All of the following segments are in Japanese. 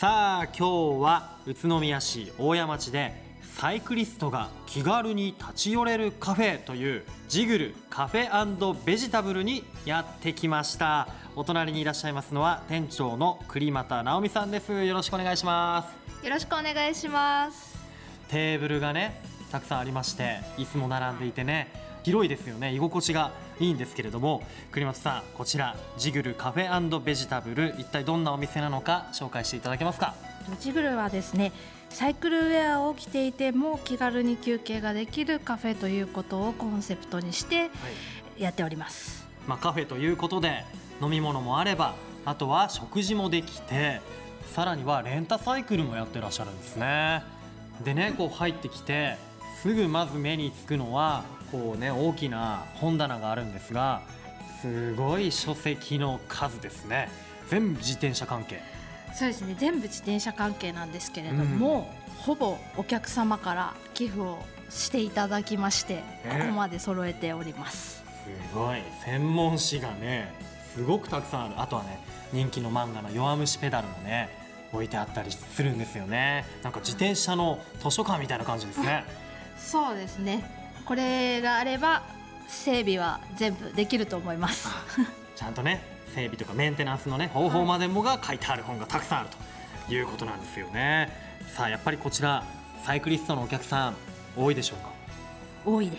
さあ今日は宇都宮市大谷町でサイクリストが気軽に立ち寄れるカフェというジグルカフェ&ベジタブルにやってきました。お隣にいらっしゃいますのは店長の栗又直美さんです。よろしくお願いします。 よろしくお願いします。 テーブルがねたくさんありまして椅子も並んでいてね広いですよね。居心地がいいんですけれども、栗本さんこちらジグルカフェ&ベジタブル一体どんなお店なのか紹介していただけますか。 ジグルはですね、サイクルウェアを着ていても気軽に休憩ができるカフェということをコンセプトにしてやっております。 カフェということで飲み物もあればあとは食事もできて、さらにはレンタサイクルもやってらっしゃるんですね。でねこう入ってきてすぐまず目につくのはこうね大きな本棚があるんですが、すごい書籍の数ですね。全部自転車関係。 そうですね、全部自転車関係なんですけれども、ほぼお客様から寄付をしていただきまして、ここまで揃えております。 すごい専門誌がねすごくたくさんある。あとはね人気の漫画の弱虫ペダルもね置いてあったりするんですよね。なんか自転車の図書館みたいな感じですね。 そうですね、これがあれば整備は全部できると思います。 ちゃんとね整備とかメンテナンスのね方法までもが書いてある本がたくさんあるということなんですよね。さあやっぱりこちらサイクリストのお客さん多いでしょうか。 多いです、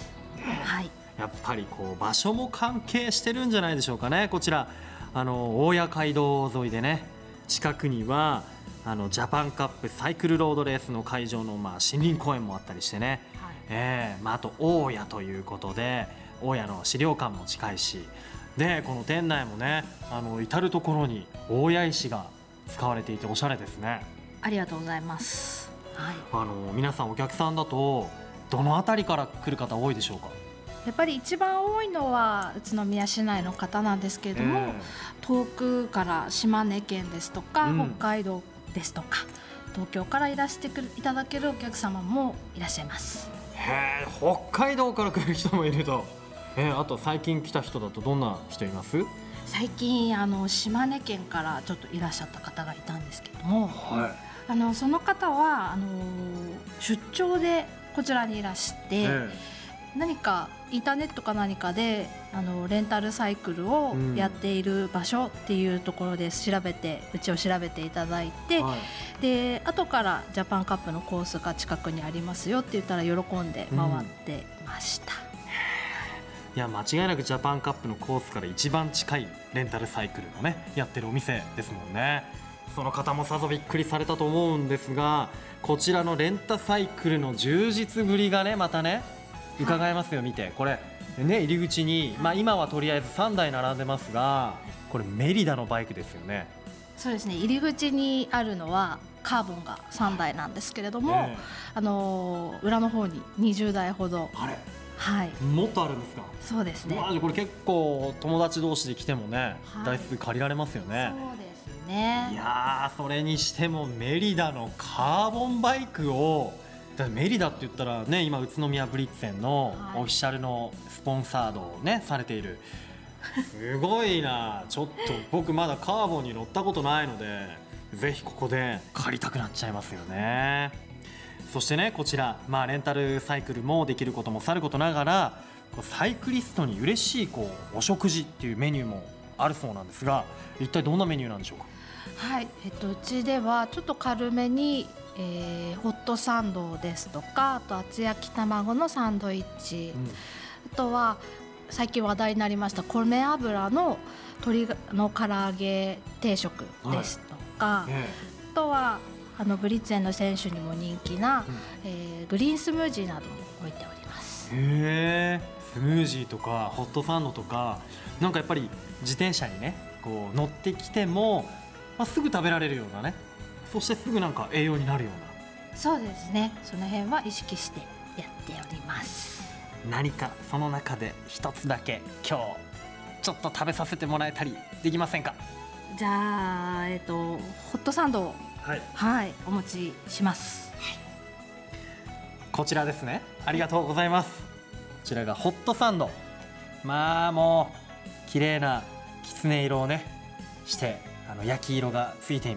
はい。 やっぱりこう場所も関係してるんじゃないでしょうかね。こちら大谷街道沿いでね近くにはジャパンカップサイクルロードレースの会場の森林公園もあったりしてね、あと大谷ということで大谷の資料館も近いし、でこの店内もね至る所に大谷石が使われていておしゃれですね。 ありがとうございます、はい。 皆さんお客さんだとどの辺りから来る方多いでしょうか。 やっぱり一番多いのは宇都宮市内の方なんですけれども、遠くから島根県ですとか、北海道ですとか東京からいらしていただけるお客様もいらっしゃいます。 へー、北海道から来る人もいると。あと最近来た人だとどんな人います？ 最近島根県からちょっといらっしゃった方がいたんですけども、その方は出張でこちらにいらして、何かインターネットか何かでレンタルサイクルをやっている場所っていうところでうちを調べていただいて、で後からジャパンカップのコースが近くにありますよって言ったら喜んで回ってました。 いや間違いなくジャパンカップのコースから一番近いレンタルサイクルをねやってるお店ですもんね。その方もさぞびっくりされたと思うんですが、こちらのレンタサイクルの充実ぶりがねまたね伺えますよ。見てこれね入り口に、今はとりあえず3台並んでますが、これメリダのバイクですよね。 そうですね、入り口にあるのはカーボンが3台なんですけれども、裏の方に20台ほど。 あれ、 はい、 もっとあるんですか。 そうですね。 これ結構友達同士で来てもね、台数借りられますよね。 そうですね。 いやそれにしてもメリダのカーボンバイクを、メリダって言ったらね今宇都宮ブリッツェンのオフィシャルのスポンサードをねされている。すごいな。ちょっと僕まだカーボンに乗ったことないのでぜひここで借りたくなっちゃいますよね。そしてねこちら、レンタルサイクルもできることもさることながら、サイクリストに嬉しいお食事っていうメニューもあるそうなんですが、一体どんなメニューなんでしょうか。 はい、うちではちょっと軽めに、ホットサンドですとか、あと厚焼き卵のサンドイッチ、あとは最近話題になりました米油の鶏の唐揚げ定食ですとか、あとはブリッツェンの選手にも人気な、グリーンスムージーなども置いております。 スムージーとかホットサンドとか、なんかやっぱり自転車にね乗ってきても、すぐ食べられるようなね、そしてすぐなんか栄養になるような。そうですね、その辺は意識してやっております。 何かその中で一つだけ今日ちょっと食べさせてもらえたりできませんか。 じゃあ、ホットサンドをお持ちします。 こちらですね。ありがとうございます。こちらがホットサンド。もう綺麗なきつね色をねして焼き色がついています。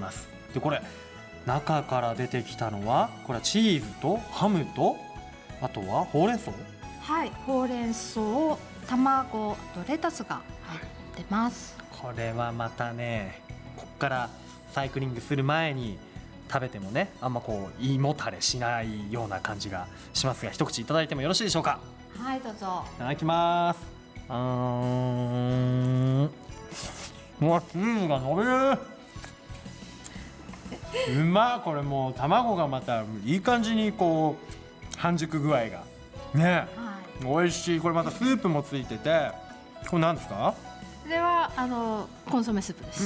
でこれ中から出てきたのはこれはチーズとハムとあとはほうれん草。 はい、ほうれん草、卵、あとレタスが入ってます。 これはまたね、こっからサイクリングする前に食べてもね、あんまこう胃もたれしないような感じがしますが、一口いただいてもよろしいでしょうか。 はい、どうぞ。 いただきます。うわ、チーズが伸びる。うまっ。これもう卵がまたいい感じにこう半熟具合がね、はい、美味しい。これまたスープもついてて、これ何ですか？ これはコンソメスープです。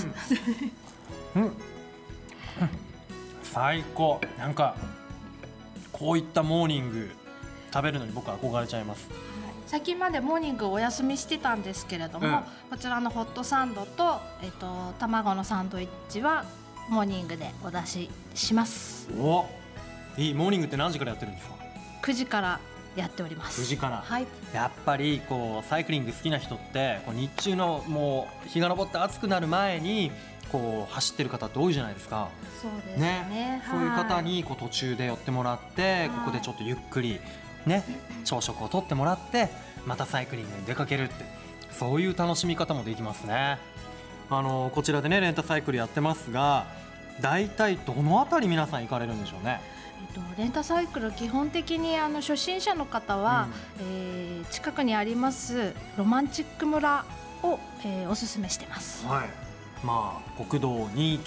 最高。なんかこういったモーニング食べるのに僕は憧れちゃいます。 最近までモーニングお休みしてたんですけれども、こちらのホットサンドと、卵のサンドイッチはモーニングでお出しします。 お、いい。モーニングって何時からやってるんですか ？9時からやっております。 9時から、 はい、 やっぱりこうサイクリング好きな人ってこう日中のもう日が昇って暑くなる前にこう走ってる方って多いじゃないですか。 そうですね。 そういう方にこう途中で寄ってもらって、ここでちょっとゆっくりね、朝食をとってもらってまたサイクリングに出かけるって、そういう楽しみ方もできますね。こちらでねレンタサイクルやってますが、だいたいどのあたり皆さん行かれるんでしょうね。 レンタサイクル基本的に初心者の方は、近くにありますロマンチック村を、おすすめしてます。 はい、まあ国道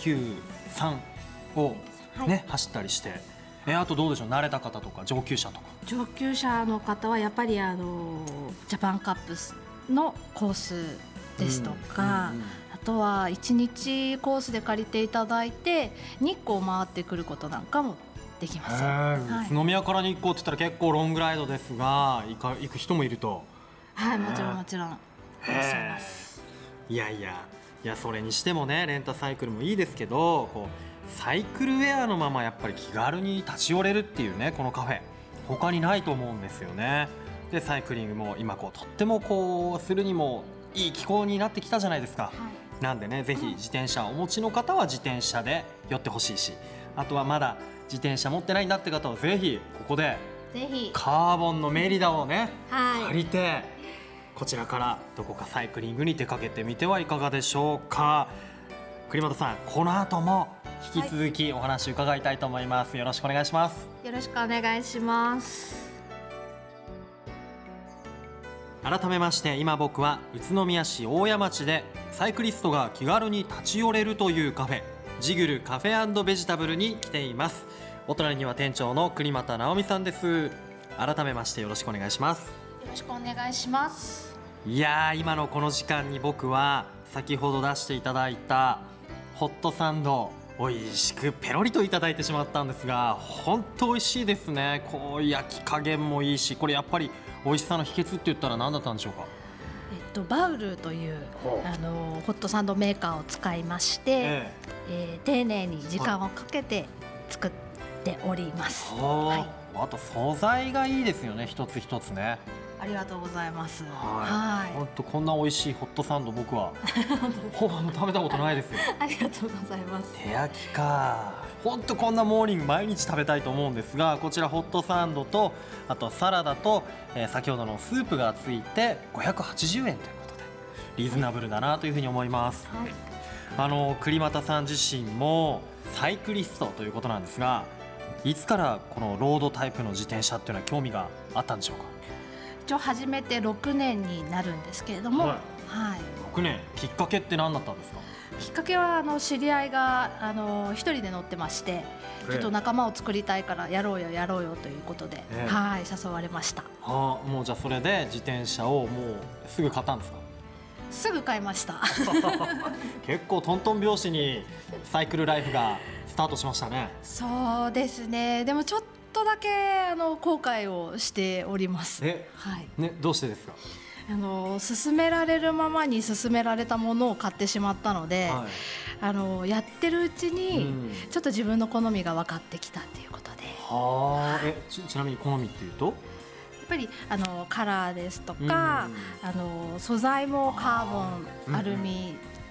293をね、はい、走ったりして、あとどうでしょう、慣れた方とか上級者とか。 上級者の方はやっぱりジャパンカップスのコースですとか、あとは1日コースで借りていただいて日光を回ってくることなんかもできます。 宇都宮から日光って言ったら結構ロングライドですが、行く人もいると。 はい、もちろんもちろんいらっしゃいます。 いやそれにしてもね、レンタサイクルもいいですけど、こうサイクルウェアのままやっぱり気軽に立ち寄れるっていうね、このカフェ他にないと思うんですよね。でサイクリングも今こうとってもこうするにもいい気候になってきたじゃないですか。はい、なんでね、ぜひ自転車をお持ちの方は自転車で寄ってほしいし、あとはまだ自転車持ってないんだって方はぜひここでカーボンのメリダをね、借りてこちらからどこかサイクリングに出かけてみてはいかがでしょうか。栗本さん、この後も引き続きお話伺いたいと思います。よろしくお願いします。 よろしくお願いします。 改めまして、今僕は宇都宮市大谷町でサイクリストが気軽に立ち寄れるというカフェ、ジグルカフェ&ベジタブルに来ています。お隣には店長の栗又直美さんです。改めましてよろしくお願いします。 よろしくお願いします。 いやー、今のこの時間に僕は先ほど出していただいたホットサンド美味しくペロリといただいてしまったんですが、本当美味しいですね。こう焼き加減もいいし、これやっぱり美味しさの秘訣って言ったら何だったんでしょうか。 バウルというホットサンドメーカーを使いまして、丁寧に時間をかけて作っております。 はい、あと素材がいいですよね、一つ一つね。 ありがとうございます。 はい、本当こんな美味しいホットサンド僕はほぼ食べたことないですよ。 ありがとうございます。 手焼きか。本当こんなモーニング毎日食べたいと思うんですが、こちらホットサンドとあとサラダと、先ほどのスープがついて580円ということでリーズナブルだなというふうに思います。はい、栗又さん自身もサイクリストということなんですが、いつからこのロードタイプの自転車っていうのは興味があったんでしょうか。 一応始めて6年になるんですけれども、はい、 6年。きっかけって何だったんですか。 きっかけは知り合いが一人で乗ってまして、ちょっと仲間を作りたいからやろうよということで、はい、誘われました。 もうじゃあそれで自転車をもうすぐ買ったんですか。 すぐ買いました結構トントン拍子にサイクルライフがスタートしましたね。 そうですね。でもちょっとだけ後悔をしております。はい、 ね、どうしてですか。 勧められるままに勧められたものを買ってしまったので、はい、やってるうちにちょっと自分の好みが分かってきたということで。 ちなみに好みっていうと、 やっぱりカラーですとか、素材もカーボン、アルミ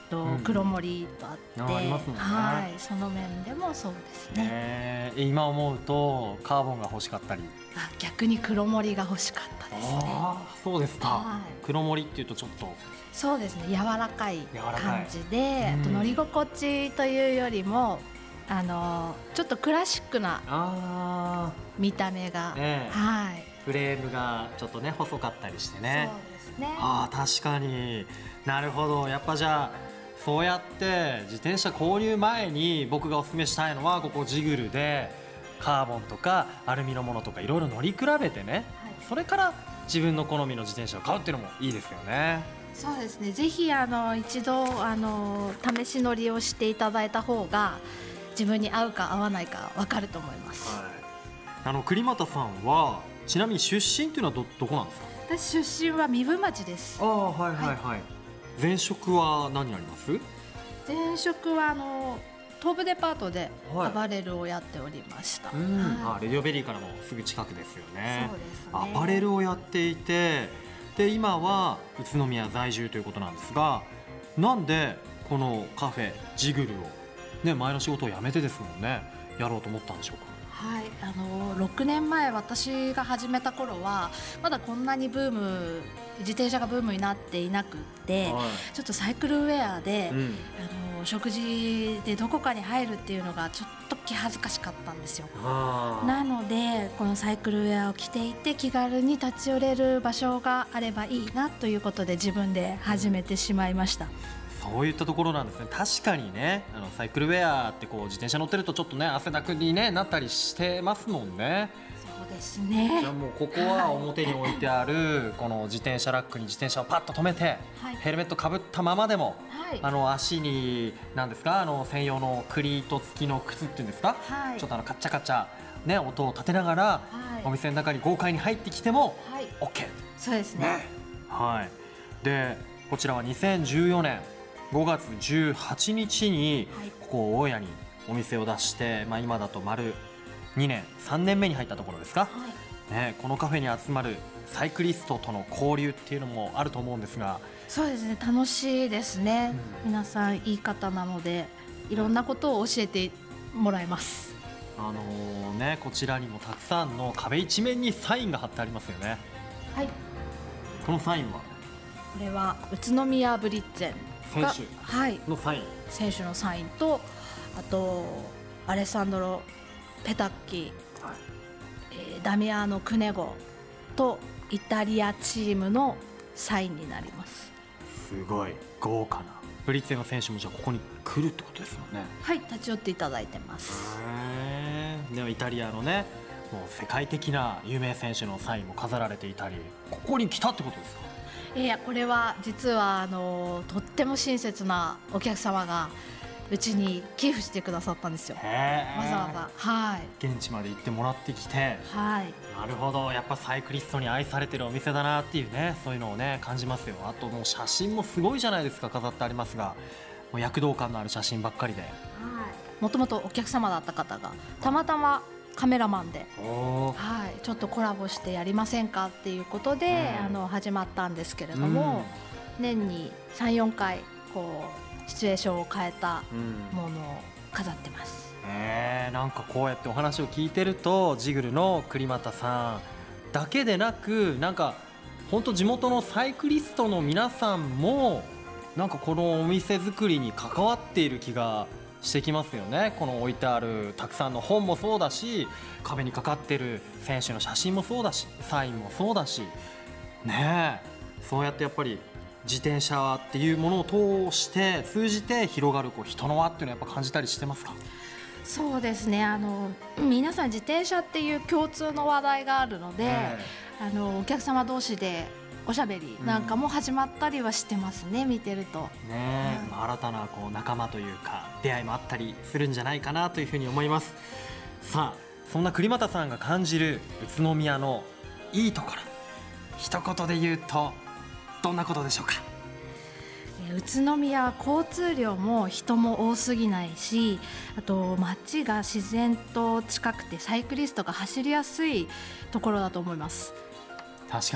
黒森とあって、 ありますもんね。 はい、その面でもそうですね。 今思うとカーボンが欲しかったり、 逆に黒森が欲しかったですね。 そうですか、 はい、 黒森っていうとちょっとそうですね、柔らかい感じで、あと乗り心地というよりもちょっとクラシックな見た目が、はい、 フレームがちょっとね細かったりしてね。 そうですね。 確かになるほど。やっぱじゃあそうやって自転車購入前に僕がお勧めしたいのはここジグルでカーボンとかアルミのものとかいろいろ乗り比べてね、はい、それから自分の好みの自転車を買うっていうのもいいですよね。 そうですね、ぜひ一度試し乗りをしていただいた方が自分に合うか合わないか分かると思います。 はい、栗俣さんはちなみに出身というのは どこなんですか？ 私出身は壬生町です。 はいはいはい。前職は何になります？ 前職は東武デパートでアパレルをやっておりました。 レディオベリーからもすぐ近くですよね。 そうですね。 アパレルをやっていて、で今は宇都宮在住ということなんですが、なんでこのカフェジグルをね、前の仕事を辞めてですもんね、やろうと思ったんでしょうか？ はい、6年前私が始めた頃はまだこんなに自転車がブームになっていなくって、ちょっとサイクルウェアで、食事でどこかに入るっていうのがちょっと気恥ずかしかったんですよ。なのでこのサイクルウェアを着ていて気軽に立ち寄れる場所があればいいなということで自分で始めてしまいました。 そういったところなんですね。確かにね、サイクルウェアって自転車乗ってるとちょっとね汗だくに、なったりしてますもんね。 そうですね。 じゃあもうここは表に置いてあるこの自転車ラックに自転車をパッと止めて、ヘルメットかぶったままでも、足に何ですか専用のクリート付きの靴っていうんですか、ちょっとカッチャカチャ、音を立てながら、お店の中に豪快に入ってきても OK、 そうですね。 でこちらは2014年5月18日にここ大谷にお店を出して、今だと丸2年3年目に入ったところですか、このカフェに集まるサイクリストとの交流っていうのもあると思うんですが。 そうですね、楽しいですね、皆さんいい方なのでいろんなことを教えてもらえます。 こちらにもたくさんの壁一面にサインが貼ってありますよね。 はい、 このサインはこれは宇都宮ブリッツェン選手のサイン、 選手のサインと、あとアレサンドロ・ペタッキ、ダミアーノ・クネゴとイタリアチームのサインになります。 すごい豪華な。ブリッツェの選手もじゃあここに来るってことですよね。 はい、立ち寄っていただいてます。 でもイタリアのね、もう世界的な有名選手のサインも飾られていたり、ここに来たってことですか？ いや、これは実はとっても親切なお客様がうちに寄付してくださったんですよ。わざわざ、 現地まで行ってもらってきて、なるほど。やっぱサイクリストに愛されてるお店だなっていうね、そういうのをね感じますよ。あともう写真もすごいじゃないですか、飾ってありますが、もう躍動感のある写真ばっかりで、 もともとお客様だった方がたまたまカメラマンで、ちょっとコラボしてやりませんかっていうことで、始まったんですけれども、年に 3,4 回シチュエーションを変えたものを飾ってます。 なんかこうやってお話を聞いてると、ジグルの栗俣さんだけでなく、なんか本当地元のサイクリストの皆さんもなんかこのお店作りに関わっている気がしてきますよね。この置いてあるたくさんの本もそうだし、壁にかかってる選手の写真もそうだし、サインもそうだしね。そうやってやっぱり自転車っていうものを通じて広がる人の輪っていうのはやっぱ感じたりしてますか？ そうですね、皆さん自転車っていう共通の話題があるので、お客様同士でおしゃべりなんかも始まったりはしてますね、見てると新たな仲間というか出会いもあったりするんじゃないかなというふうに思います。さあ、そんな栗俣さんが感じる宇都宮のいいところ、一言で言うとどんなことでしょうか？ 宇都宮は交通量も人も多すぎないし、あと街が自然と近くてサイクリストが走りやすいところだと思います。 確かに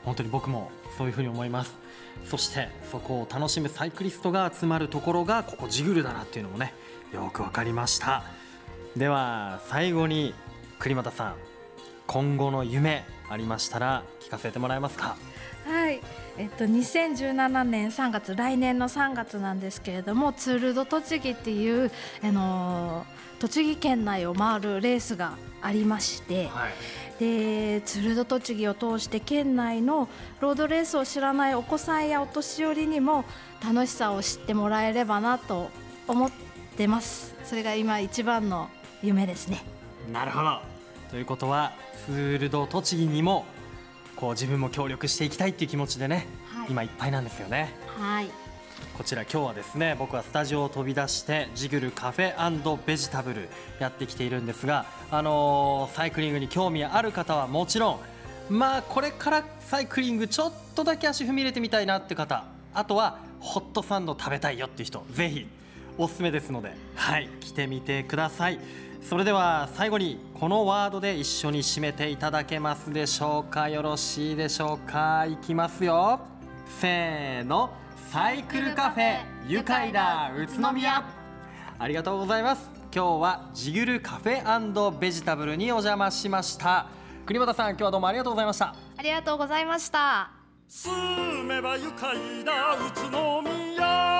本当に僕もそういうふうに思います。そしてそこを楽しむサイクリストが集まるところがここジグルだなっていうのもね、よく分かりました。では最後に栗俣さん、今後の夢ありましたら聞かせてもらえますか？ はい、2017年3月、来年の3月なんですけれども、ツール・ド・栃木っていう、栃木県内を回るレースがありまして、はい、でツール・ド・栃木を通して県内のロードレースを知らないお子さんやお年寄りにも楽しさを知ってもらえればなと思ってます。それが今一番の夢ですね。 なるほど。ということはツール・ド・栃木にもこう自分も協力していきたいっていう気持ちでね、はい、今いっぱいなんですよね。 はい、 こちら今日はですね、僕はスタジオを飛び出してジグルカフェ&ベジタブルやってきているんですが、サイクリングに興味ある方はもちろん、これからサイクリングちょっとだけ足踏み入れてみたいなって方、あとはホットサンド食べたいよっていう人、ぜひおすすめですので、はい、来てみてください。それでは最後にこのワードで一緒に締めていただけますでしょうか？よろしいでしょうか？いきますよ、せーの、サイクルカフェ愉快だ宇都宮。ありがとうございます。今日はジグルカフェ&ベジタブルにお邪魔しました。栗俣さん、今日はどうもありがとうございました。 ありがとうございました。 住めば愉快だ宇都宮。